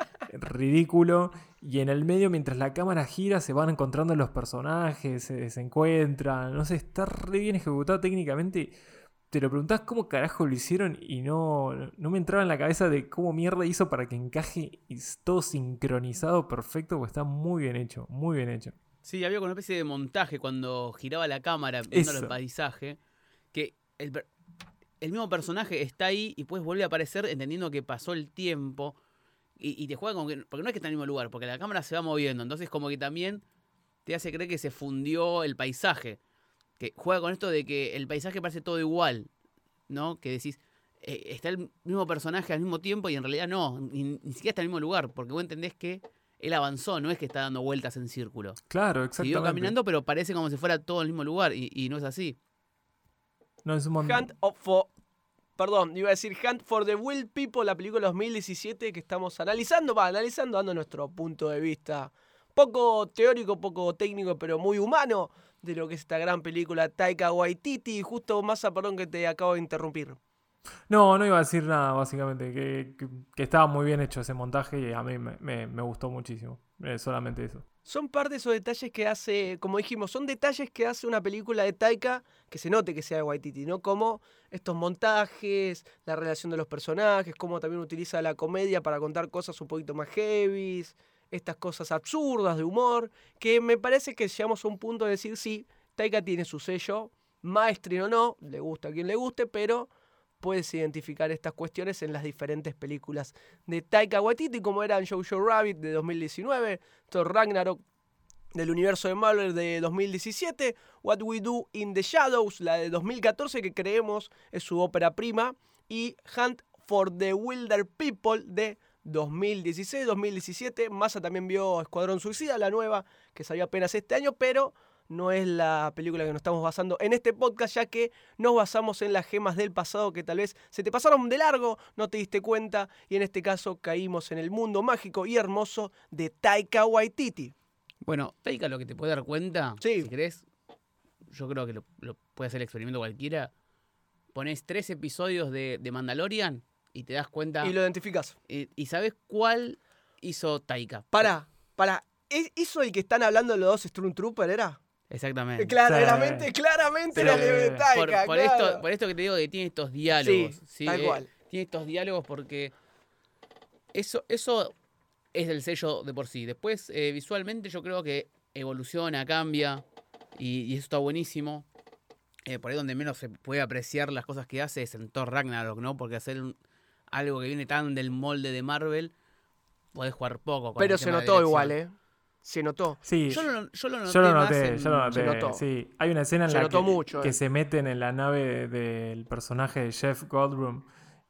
ridículo. Y en el medio, mientras la cámara gira, se van encontrando los personajes, se, se encuentran, no sé, está re bien ejecutado técnicamente. Te lo preguntás cómo carajo lo hicieron y no, no me entraba en la cabeza de cómo mierda hizo para que encaje y todo sincronizado perfecto, porque está muy bien hecho, muy bien hecho. Sí, había como una especie de montaje cuando giraba la cámara viendo Eso. el paisaje, que el, per- el mismo personaje está ahí y después vuelve a aparecer entendiendo que pasó el tiempo y, y te juega como que, porque no es que está en el mismo lugar, porque la cámara se va moviendo, entonces como que también te hace creer que se fundió el paisaje, que juega con esto de que el paisaje parece todo igual, ¿no? Que decís, eh, está el mismo personaje al mismo tiempo y en realidad no, ni, ni siquiera está en el mismo lugar, porque vos entendés que él avanzó, no es que está dando vueltas en círculo. Claro, exactamente. Siguió caminando, pero parece como si fuera todo el mismo lugar y, y no es así. No, es un montón. Hunt of for, perdón, iba a decir Hunt for the Wild People, la película dos mil diecisiete que estamos analizando, va, analizando, dando nuestro punto de vista poco teórico, poco técnico, pero muy humano de lo que es esta gran película Taika Waititi. Justo, Massa, perdón que te acabo de interrumpir. No, no iba a decir nada, básicamente. Que, que, que estaba muy bien hecho ese montaje y a mí me, me, me gustó muchísimo. Eh, solamente eso. Son parte de esos detalles que hace, como dijimos, son detalles que hace una película de Taika que se note que sea de Waititi, ¿no? Como estos montajes, la relación de los personajes, cómo también utiliza la comedia para contar cosas un poquito más heavies, estas cosas absurdas de humor, que me parece que llegamos a un punto de decir, sí, Taika tiene su sello, mainstream o no, le gusta a quien le guste, pero puedes identificar estas cuestiones en las diferentes películas de Taika Waititi, como eran Jojo Rabbit de dos mil diecinueve, Thor Ragnarok del universo de Marvel de dos mil diecisiete, What We Do in the Shadows, la de dos mil catorce, que creemos es su ópera prima, y Hunt for the Wilder People de dos mil dieciséis dos mil diecisiete. Massa también vio Escuadrón Suicida, la nueva, que salió apenas este año, pero no es la película que nos estamos basando en este podcast, ya que nos basamos en las gemas del pasado que tal vez se te pasaron de largo, no te diste cuenta, y en este caso caímos en el mundo mágico y hermoso de Taika Waititi. Bueno, Taika, lo que te puede dar cuenta, Sí. si querés, yo creo que lo, lo puede hacer el experimento cualquiera. Ponés tres episodios de, de Mandalorian y te das cuenta. Y lo identificás. Y, y sabes cuál hizo Taika. Pará, pará. ¿Es- ¿Hizo el que están hablando los dos Stormtrooper, era? Exactamente. Claramente, Sí. claramente Sí. era el de Taika, por, por claro. esto, por esto que te digo que tiene estos diálogos. Sí, ¿sí? tal Eh, cual. Tiene estos diálogos porque eso, eso es el sello de por sí. Después, eh, visualmente, yo creo que evoluciona, cambia y, y eso está buenísimo. Eh, por ahí donde menos se puede apreciar las cosas que hace es en Thor Ragnarok, ¿no? Porque hacer un- algo que viene tan del molde de Marvel, podés jugar poco. Con Pero el se tema de notó dirección. igual, ¿eh? Se notó. Sí, Yo lo, yo lo noté, yo lo más noté, en- yo lo se noté. notó. Sí, hay una escena en Se la notó que, mucho, que eh. se meten en la nave del personaje de Jeff Goldblum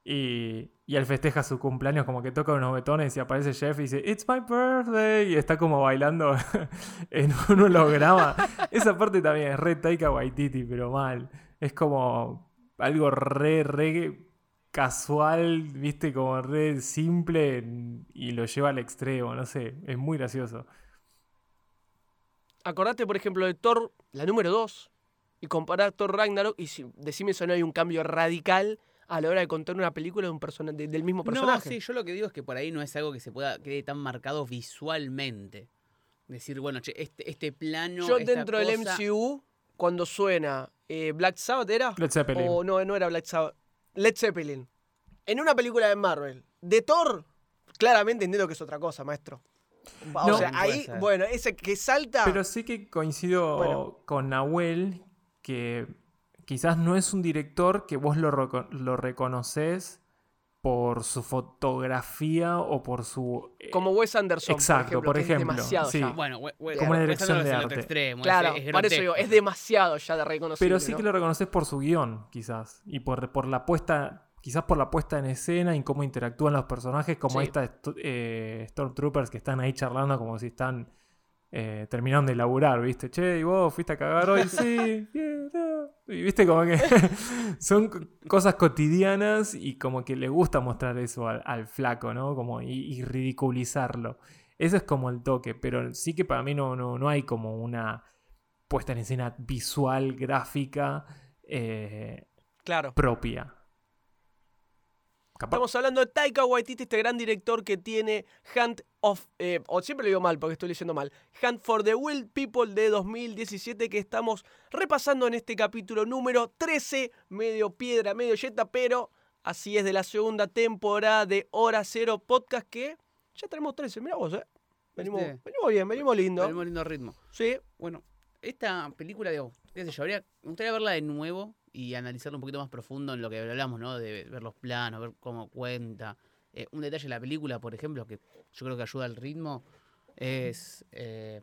y, y él festeja su cumpleaños, como que toca unos botones y aparece Jeff y dice It's my birthday y está como bailando en un holograma. Esa parte también es re Taika Waititi, pero mal. Es como algo re, re casual, viste, como re simple y lo lleva al extremo, no sé, es muy gracioso. Acordate, por ejemplo, de Thor, la número dos, y comparar Thor Ragnarok, y si, decime si no hay un cambio radical a la hora de contar una película de un persona, de, del mismo personaje. No, sí, yo lo que digo es que por ahí no es algo que se pueda quede tan marcado visualmente. Decir, bueno, che, este, este plano. Yo esta dentro cosa... del M C U, cuando suena eh, Black Sabbath, ¿era? Led Zeppelin. O no, no era Black Sabbath. Led Zeppelin. En una película de Marvel. De Thor, claramente entiendo que es otra cosa, maestro. O No, sea, puede ahí, ser. bueno, ese que salta. Pero sí que coincido Bueno. con Nahuel, que quizás no es un director que vos lo, reco- lo reconoces por su fotografía o por su... eh, Como Wes Anderson, Exacto, por ejemplo. por que ejemplo, Es demasiado sí. ya. Bueno, we- we- Como una Wes dirección Anderson de es el otro arte. extremo, Claro, es, es por eso digo, grotesco. es demasiado ya de reconocible. Pero sí ¿no? que lo reconoces por su guión, quizás. Y por, por la puesta... Quizás por la puesta en escena y cómo interactúan los personajes, como Sí. estas eh, Stormtroopers que están ahí charlando como si están eh, terminando de laburar, ¿viste? Che, ¿y vos fuiste a cagar hoy? Sí, bien, no. Y viste como que son c- cosas cotidianas y como que le gusta mostrar eso al, al flaco, ¿no? Como y, y ridiculizarlo. Eso es como el toque, pero sí que para mí no, no, no hay como una puesta en escena visual, gráfica, eh, Claro. propia. Capaz- Estamos hablando de Taika Waititi, este gran director que tiene Hunt of... Eh, o siempre lo digo mal porque estoy leyendo mal. Hunt for the Wild People de dos mil diecisiete que estamos repasando en este capítulo número trece. Medio piedra, medio yeta, pero así es de la segunda temporada de Hora Cero Podcast que ya tenemos trece. Mirá vos, ¿eh? Venimos, ¿Viste? venimos bien, venimos lindo. Tenemos lindo ritmo. Sí. Bueno, esta película, digo, qué sé yo, habría, me gustaría verla de nuevo y analizarla un poquito más profundo en lo que hablamos, ¿no? De ver los planos, ver cómo cuenta. Eh, un detalle de la película, por ejemplo, que yo creo que ayuda al ritmo, es eh,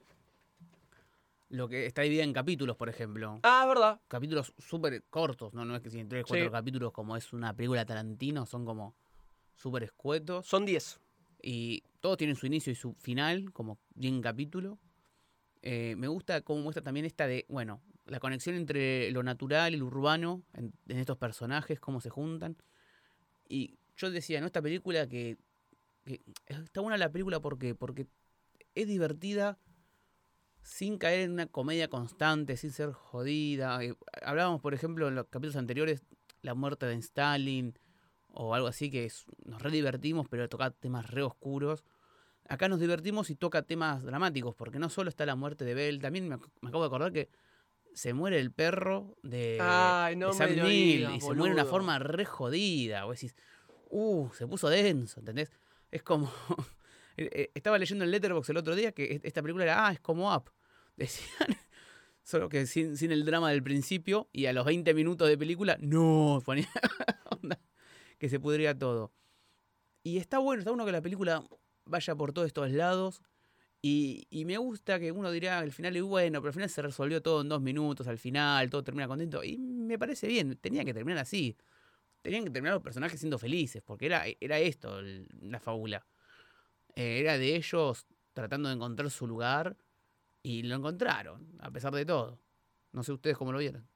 lo que está dividida en capítulos, por ejemplo. Ah, es verdad. Capítulos súper cortos, ¿no? No es que si en tres, cuatro Sí. capítulos como es una película Tarantino, son como súper escuetos. Son diez. Y todos tienen su inicio y su final, como bien capítulo. Eh, me gusta cómo muestra también esta de, bueno, la conexión entre lo natural y lo urbano en, en estos personajes, cómo se juntan. Y yo decía, ¿no? Esta película que, que está buena la película porque, porque es divertida sin caer en una comedia constante, sin ser jodida. Eh, hablábamos, por ejemplo, en los capítulos anteriores, la muerte de Stalin o algo así, que es, nos re divertimos, pero toca temas re oscuros. Acá nos divertimos y toca temas dramáticos, porque no solo está la muerte de Bell, también me, me acabo de acordar que se muere el perro de, Ay, no de Sam me lo Neill digas, y se muere de una boludo. forma re jodida. Vos decís, uh, se puso denso, ¿entendés? Es como... eh, eh, Estaba leyendo en Letterboxd el otro día que e- esta película era, ah, es como Up. Decían, solo que sin, sin el drama del principio, y a los veinte minutos de película, no, ponía onda, que se pudría todo. Y está bueno, está bueno que la película vaya por todos estos lados. Y, y me gusta que uno dirá al final, y bueno, pero al final se resolvió todo en dos minutos, al final, todo termina contento. Y me parece bien, tenía que terminar así. Tenían que terminar los personajes siendo felices, porque era, era esto el- la fábula. Eh, era de ellos tratando de encontrar su lugar, y lo encontraron, a pesar de todo. No sé ustedes cómo lo vieron.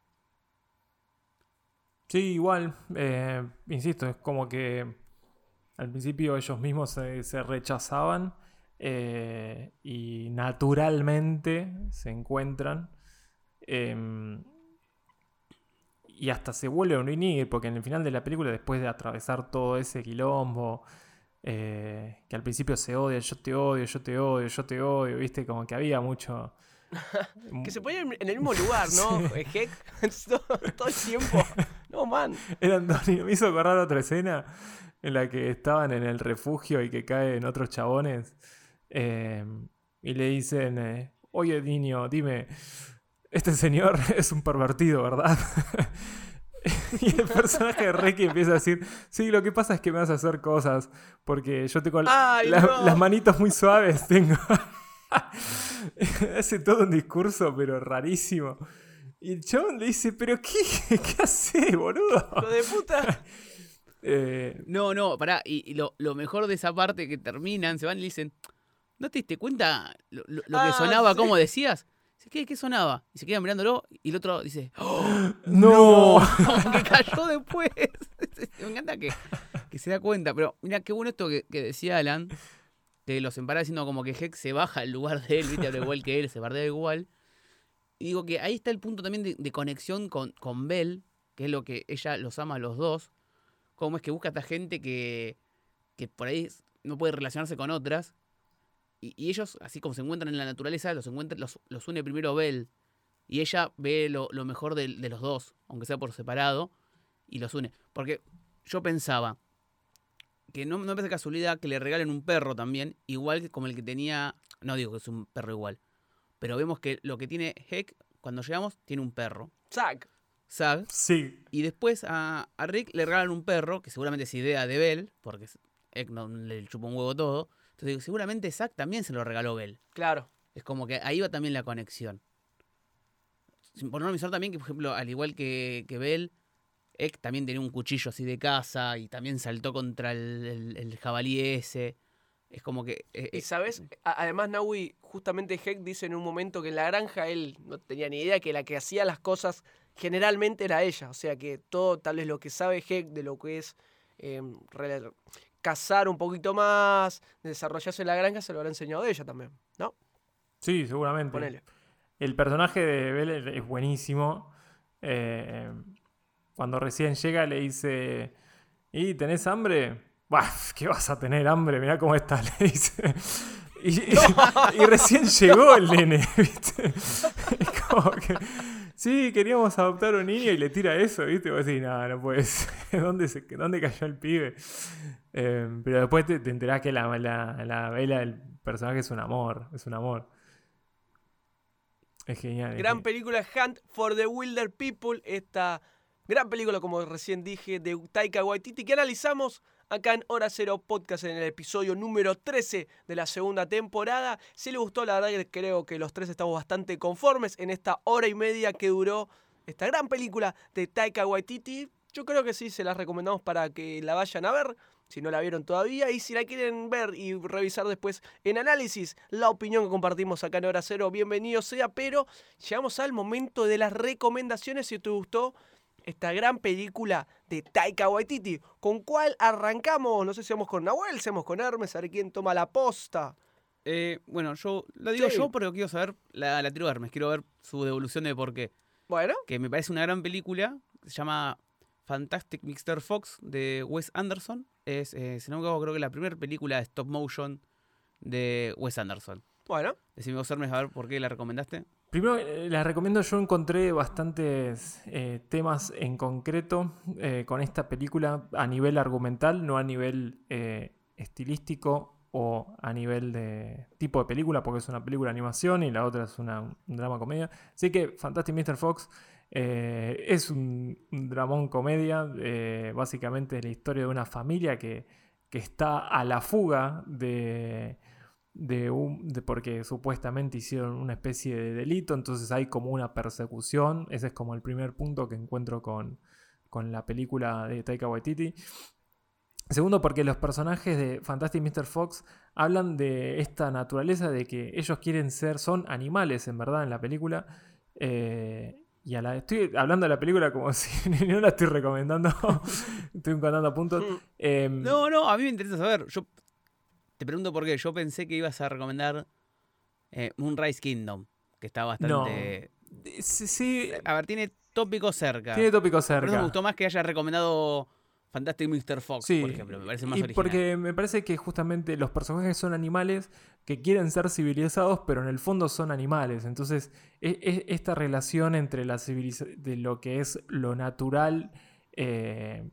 Sí, igual, eh, insisto, es como que al principio ellos mismos se, se rechazaban eh, y naturalmente se encuentran eh, y hasta se vuelven a unir, porque en el final de la película, después de atravesar todo ese quilombo, eh, que al principio se odia, yo te odio, yo te odio, yo te odio, viste, como que había mucho... Que se ponían en el mismo lugar, ¿no? Eh, Heck, todo, todo el tiempo. No, man. Eran dos niños. Me hizo acordar otra escena en la que estaban en el refugio y que caen otros chabones. eh, y le dicen, eh, oye niño, dime, este señor es un pervertido, ¿verdad? Y el personaje de Reiki empieza a decir, sí, lo que pasa es que me vas a hacer cosas porque yo tengo la- Ay, la- no. las manitos muy suaves, tengo... Hace todo un discurso, pero rarísimo. Y el chabón le dice, ¿pero qué? ¿Qué haces, boludo? Hijo de puta. Eh, No, no, pará. Y, y lo, lo mejor de esa parte que terminan, se van y le dicen, ¿no te diste cuenta lo, lo- lo que Ah, sonaba, sí. como decías? Dice, ¿qué, ¿qué sonaba? Y se quedan mirándolo y el otro dice, ¡Oh, ¡No! como que cayó después! Me encanta que, que se da cuenta. Pero mira, qué bueno esto que, que decía Alan, que los empara diciendo como que Heck se baja al lugar de él, ¿viste? Habla igual que él, se bardea igual. Y digo que ahí está el punto también de, de conexión con, con Belle, que es lo que ella los ama a los dos. Cómo es que busca a esta gente que, que por ahí no puede relacionarse con otras. Y, y ellos, así como se encuentran en la naturaleza, los, encuentran, los, los une primero Belle. Y ella ve lo, lo mejor de, de los dos, aunque sea por separado, y los une. Porque yo pensaba que no, no me parece casualidad que le regalen un perro también, igual que como el que tenía... No digo que es un perro igual, pero vemos que lo que tiene Heck, cuando llegamos, tiene un perro. Zack. Zack. Sí. Y después a, a Rick le regalan un perro, que seguramente es idea de Belle, porque Heck no le chupa un huevo todo. Entonces digo, seguramente Zack también se lo regaló Belle. Claro. Es como que ahí va también la conexión. Por no olvidar también que, por ejemplo, al igual que, que Belle, Ek también tenía un cuchillo así de caza y también saltó contra el, el, el jabalí ese. Es como que... Eh, y sabes, a- además Naui, justamente Heck dice en un momento que en la granja él no tenía ni idea que la que hacía las cosas generalmente era ella. O sea que todo, tal vez lo que sabe Heck de lo que es eh, re- cazar un poquito más, desarrollarse en la granja, se lo habrá enseñado de ella también, ¿no? Sí, seguramente. Ponele. El personaje de Belle es buenísimo. Eh, cuando recién llega le dice, ¿y tenés hambre? Bah, ¿qué vas a tener hambre? Mirá cómo está, le dice. Y, y, y recién llegó el nene, ¿viste? Es como que, sí, queríamos adoptar un niño y le tira eso, ¿viste? Y vos decís, no, no puede ser. ¿Dónde, se, ¿Dónde cayó el pibe? Eh, pero después te, te enterás que la, la, la Bella del personaje es un amor, es un amor. Es genial. Gran es película Hunt for the Wilder People, esta gran película, como recién dije, de Taika Waititi, que analizamos acá en Hora Cero Podcast en el episodio número trece de la segunda temporada. Si les gustó, la verdad que creo que los tres estamos bastante conformes en esta hora y media que duró esta gran película de Taika Waititi. Yo creo que sí, se las recomendamos para que la vayan a ver, si no la vieron todavía, y si la quieren ver y revisar después en análisis, la opinión que compartimos acá en Hora Cero, bienvenido sea, pero llegamos al momento de las recomendaciones. Si te gustó esta gran película de Taika Waititi, ¿con cuál arrancamos? No sé si vamos con Nahuel, si vamos con Hermes, a ver quién toma la posta. Eh, bueno, yo lo digo Sí. yo, pero quiero saber la, la tiro de Hermes. Quiero ver su devolución de por qué. Bueno, Que me parece una gran película. Se llama Fantastic mister Fox de Wes Anderson. Es, eh, si no me equivoco, creo que la primera película de stop motion de Wes Anderson. bueno. Decime vos, Hermes, a ver por qué la recomendaste. Primero, eh, la recomiendo. Yo encontré bastantes eh, temas en concreto eh, con esta película a nivel argumental, no a nivel eh, estilístico o a nivel de tipo de película, porque es una película de animación y la otra es una, un drama comedia. Así que Fantastic mister Fox eh, es un, un dramón comedia, eh, básicamente la historia de una familia que, que está a la fuga de... De un, de porque supuestamente hicieron una especie de delito, entonces hay como una persecución. Ese es como el primer punto que encuentro con, con la película de Taika Waititi. Segundo, porque los personajes de Fantastic mister Fox hablan de esta naturaleza de que ellos quieren ser, son animales en verdad en la película. Eh, y a la, estoy hablando de la película como si no la estoy recomendando, estoy contando puntos. Eh, No, no, a mí me interesa saber. Yo te pregunto por qué. Yo pensé que ibas a recomendar eh, Moonrise Kingdom, que está bastante... Sí, sí, A ver, tiene tópicos cerca. tiene tópicos Por eso cerca. me gustó más que haya recomendado Fantastic mister Fox, Sí, por ejemplo. Me parece más y original. porque me parece que justamente los personajes son animales que quieren ser civilizados, pero en el fondo son animales. Entonces, es, es esta relación entre la civilización, de lo que es lo natural, eh,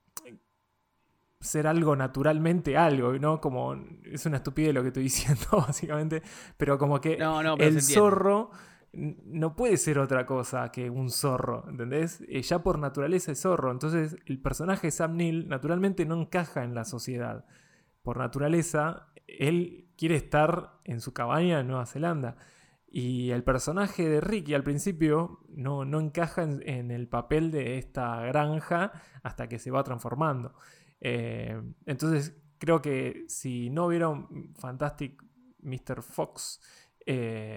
ser algo naturalmente algo, ¿no? Como, es una estupidez lo que estoy diciendo, básicamente, pero como que No, no, pero el se entiende. zorro n- no puede ser otra cosa que un zorro, ¿entendés? Eh, ya por naturaleza es zorro, entonces el personaje Sam Neill naturalmente no encaja en la sociedad. Por naturaleza, él quiere estar en su cabaña en Nueva Zelanda. Y el personaje de Ricky al principio no, no encaja en, en el papel de esta granja hasta que se va transformando. Eh, entonces creo que si no vieron Fantastic mister Fox, eh,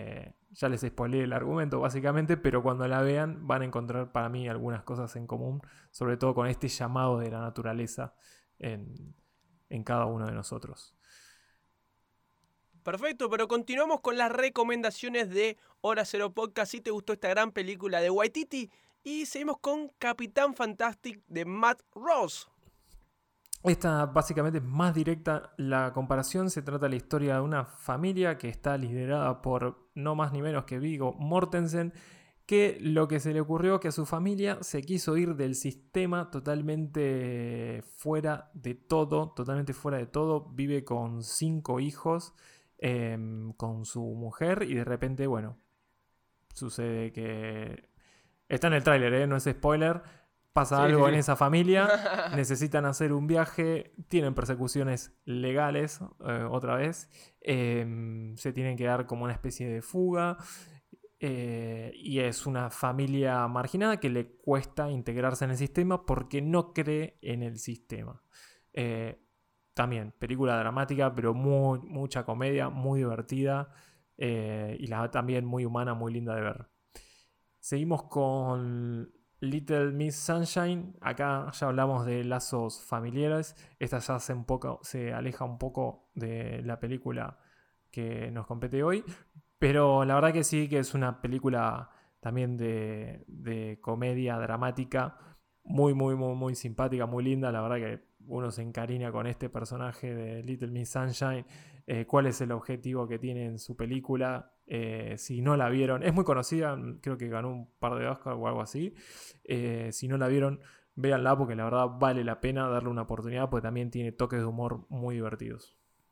ya les spoileé el argumento básicamente, pero cuando la vean van a encontrar para mí algunas cosas en común, sobre todo con este llamado de la naturaleza en, en cada uno de nosotros. Perfecto, pero continuamos con las recomendaciones de Hora Cero Podcast. Si te gustó esta gran película de Waititi, y seguimos con Capitán Fantastic de Matt Ross. Esta básicamente es más directa la comparación. Se trata de la historia de una familia que está liderada por no más ni menos que Viggo Mortensen, que lo que se le ocurrió que a su familia se quiso ir del sistema totalmente fuera de todo, totalmente fuera de todo. Vive con cinco hijos, eh, con su mujer, y de repente, bueno, sucede que... Está en el tráiler, ¿eh? No es spoiler. Pasa Sí, algo sí, en sí. esa familia, necesitan hacer un viaje, tienen persecuciones legales, eh, otra vez, eh, se tienen que dar como una especie de fuga, eh, y es una familia marginada que le cuesta integrarse en el sistema porque no cree en el sistema. Eh, también, película dramática, pero muy, mucha comedia, muy divertida, eh, y la, también muy humana, muy linda de ver. Seguimos con Little Miss Sunshine. Acá ya hablamos de lazos familiares. Esta ya se, un poco, se aleja un poco de la película que nos compete hoy. Pero la verdad que sí, que es una película también de, de comedia dramática. Muy, muy, muy, muy simpática, muy linda. La verdad que uno se encariña con este personaje de Little Miss Sunshine. Eh, ¿Cuál es el objetivo que tiene en su película? Eh, si no la vieron, es muy conocida, creo que ganó un par de Oscar o algo así. Eh, si no la vieron, véanla porque la verdad vale la pena darle una oportunidad porque también tiene toques de humor muy divertidos.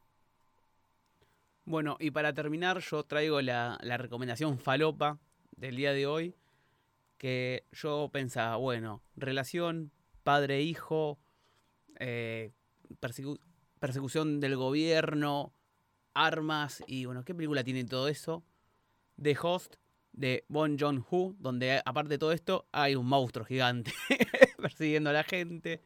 Bueno, y para terminar yo traigo la, la recomendación falopa del día de hoy, que yo pensaba, bueno, relación padre-hijo, eh, persecu- persecución del gobierno, armas, y bueno, ¿qué película tiene todo eso? The Host, de Bong Joon-ho, donde aparte de todo esto hay un monstruo gigante persiguiendo a la gente.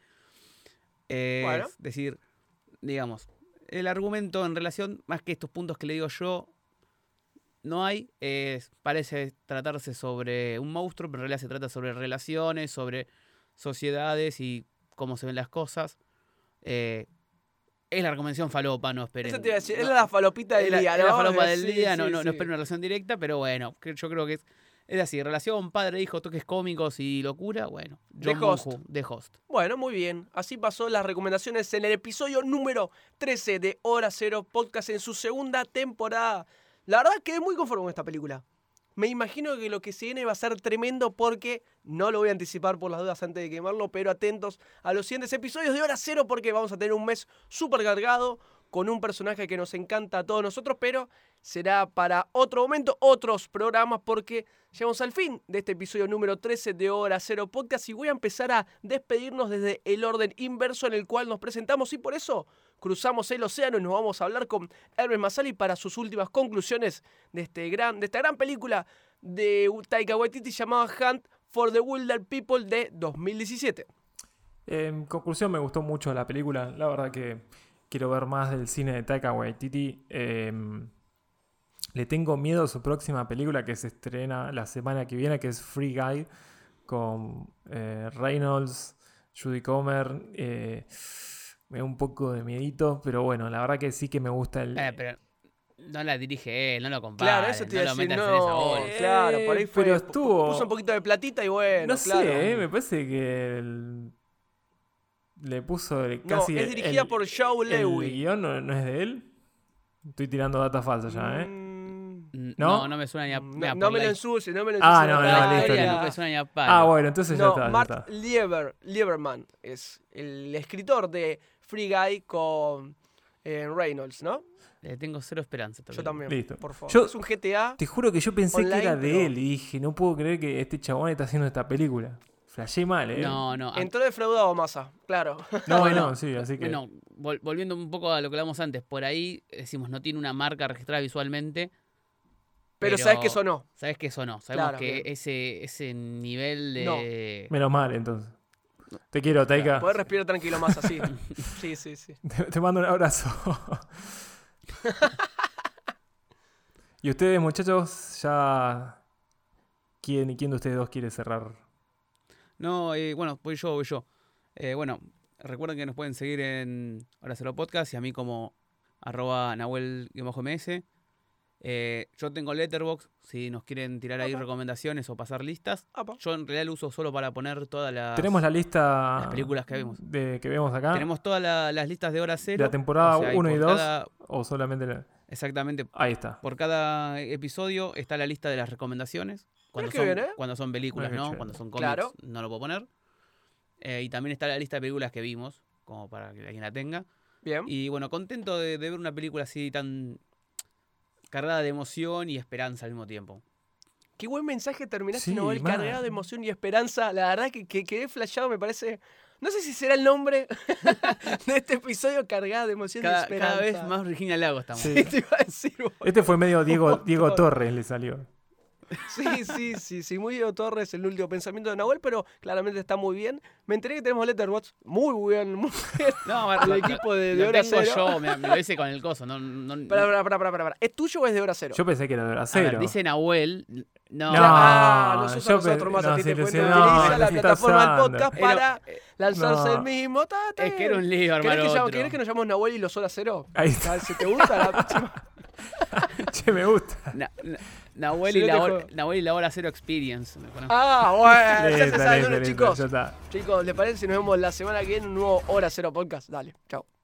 Es Bueno. decir, digamos, el argumento en relación, más que estos puntos que le digo yo, no hay, es, parece tratarse sobre un monstruo, pero en realidad se trata sobre relaciones, sobre sociedades y cómo se ven las cosas. Eh, Es la recomendación falopa, no esperen. Eso te iba a decir, no, es la falopita del es la, día, es ¿no? la falopa del Sí, día, sí, no, no, sí. no esperen una relación directa, pero bueno, que yo creo que es, es así, relación padre-hijo, toques cómicos y locura, bueno. The John Host. Bong-ho, The Host. Bueno, muy bien. Así pasó las recomendaciones en el episodio número trece de Hora Cero Podcast en su segunda temporada. La verdad quedé muy conforme con esta película. Me imagino que lo que se viene va a ser tremendo porque, no lo voy a anticipar por las dudas antes de quemarlo, pero atentos a los siguientes episodios de Hora Cero porque vamos a tener un mes súper cargado con un personaje que nos encanta a todos nosotros, pero será para otro momento, otros programas, porque llegamos al fin de este episodio número trece de Hora Cero Podcast y voy a empezar a despedirnos desde el orden inverso en el cual nos presentamos, y por eso cruzamos el océano y nos vamos a hablar con Hermes Masali para sus últimas conclusiones de, este gran, de esta gran película de Taika Waititi llamada Hunt for the Wilder People de dos mil diecisiete. En conclusión, me gustó mucho la película. La verdad que quiero ver más del cine de Taika Waititi. Eh, le tengo miedo a su próxima película que se estrena la semana que viene, que es Free Guy, con eh, Reynolds, Judy Comer. Eh, me da un poco de miedito, pero bueno, la verdad que sí que me gusta el... Eh, pero no la dirige él, no lo compares, Claro, eso te iba no a lo decir, metas no, en esa bolsa. Eh, claro, por ahí fue, pero estuvo- puso un poquito de platita y bueno, no claro. sé, eh, me parece que el- le puso el- No, casi... es dirigida el- por Joe ¿El Lewy. guión no, no es de él? Estoy tirando data falsa ya, ¿eh? Mm, No, ¿No? no me suena ni a... no, mira, no por me la- lo ensucies, no me lo Ah, ensucies. no, por no, la listo, historia listo. no me suena ni a palo. Ah, bueno, entonces ya No, está, ya Mark está. Lieber, Lieberman es el escritor de Free Guy con eh, Reynolds, ¿no? Le tengo cero esperanza. esta Yo película. también, Listo. por favor. Yo- Es un G T A. Te juro que yo pensé Online, que era de pero- él y dije, no puedo creer que este chabón está haciendo esta película. Flashé mal, ¿eh? No, no. a- Entró defraudado Massa, claro. no, Bueno, no, sí, así que... Bueno, vol- volviendo un poco a lo que hablamos antes, por ahí decimos no tiene una marca registrada visualmente. Pero sabes que eso no. Sabes que eso no. Sabemos Claro, que bien. ese, ese nivel de. Menos mal, entonces. Te quiero, Taika. Podés respirar tranquilo, Massa, sí. Sí, sí, sí. Te, te mando un abrazo. Y ustedes, muchachos, ya... ¿Quién, ¿Quién de ustedes dos quiere cerrar? No, eh, bueno, voy yo, voy yo. Eh, bueno, recuerden que nos pueden seguir en Hora Cero Podcast y a mí como arroba Nahuel-ms. Eh, yo tengo Letterboxd, si nos quieren tirar ahí Apa. recomendaciones o pasar listas. Apa. Yo en realidad lo uso solo para poner todas las, Tenemos la lista las películas que vemos. de, que vemos acá. Tenemos todas la- las listas de Hora de Cero. la temporada O sea, uno y por dos. cada- O solamente... la- exactamente. Ahí está. Por cada episodio está la lista de las recomendaciones. Cuando, qué son, bien, ¿eh? cuando son películas, Mira qué ¿no? chévere. Cuando son cómics, Claro. no lo puedo poner. Eh, y también está la lista de películas que vimos, como para que alguien la tenga. Bien. Y bueno, contento de, de ver una película así tan cargada de emoción y esperanza al mismo tiempo. Qué buen mensaje terminaste, Sí, Noel, mal. cargado de emoción y esperanza. La verdad que, que quedé flashado, me parece. No sé si será el nombre de este episodio, cargado de emoción y Cada, esperanza. cada vez más Virginia Lago estamos. Sí. Te iba a decir, boludo. Este fue medio Diego, Un montón. Diego Torres le salió. Sí, sí, sí, sí, muy Diego Torres, el último pensamiento de Nahuel, pero claramente está muy bien. Me enteré que tenemos Letterboxd, muy bien, muy bien. No, El lo- equipo de- de lo Hora tengo Cero. yo, me, me lo hice con el coso. No, no, Pará, pará, pará, pará, pará, pará. ¿Es tuyo o es de Hora Cero? Yo pensé que era de a ver, cero. dice Nahuel. No, No, Ah, nos usa yo a nosotros pe- más no, a ti sí, te lo cuento. sé, Utiliza no, la lo está plataforma del usando. podcast Era- para lanzarse No. el mismo. Ta, está es que bien. era un lío, ¿Querés hermano. que, llamo- otro. ¿Querés que nos llamemos Nahuel y los Hora Cero? Ahí está. Ah, si te gusta la próxima. Che, me gusta. Na- na- Nahuel, Si y no la te hora, jodo. Nahuel y la hora cero experience. me conozco. Ah, bueno, ya se Listo, saben, listo, ¿no, listo, chicos? ya está. Chicos, ¿les parece si nos vemos la semana que viene en un nuevo Hora Cero Podcast? Dale, chao.